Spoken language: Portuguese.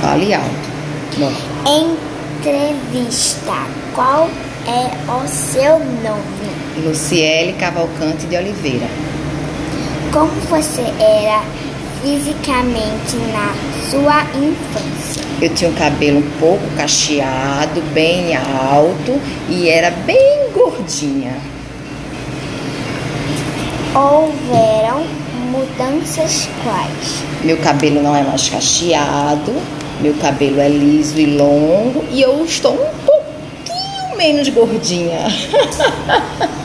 Fale alto. Bom, Entrevista. Qual é o seu nome? Luciele Cavalcante de Oliveira. Como você era fisicamente na sua infância? Eu tinha um cabelo um pouco cacheado, bem alto e era bem gordinha. Houveram mudanças quais? Meu cabelo não é mais cacheado, meu cabelo é liso e longo e eu estou um pouquinho menos gordinha.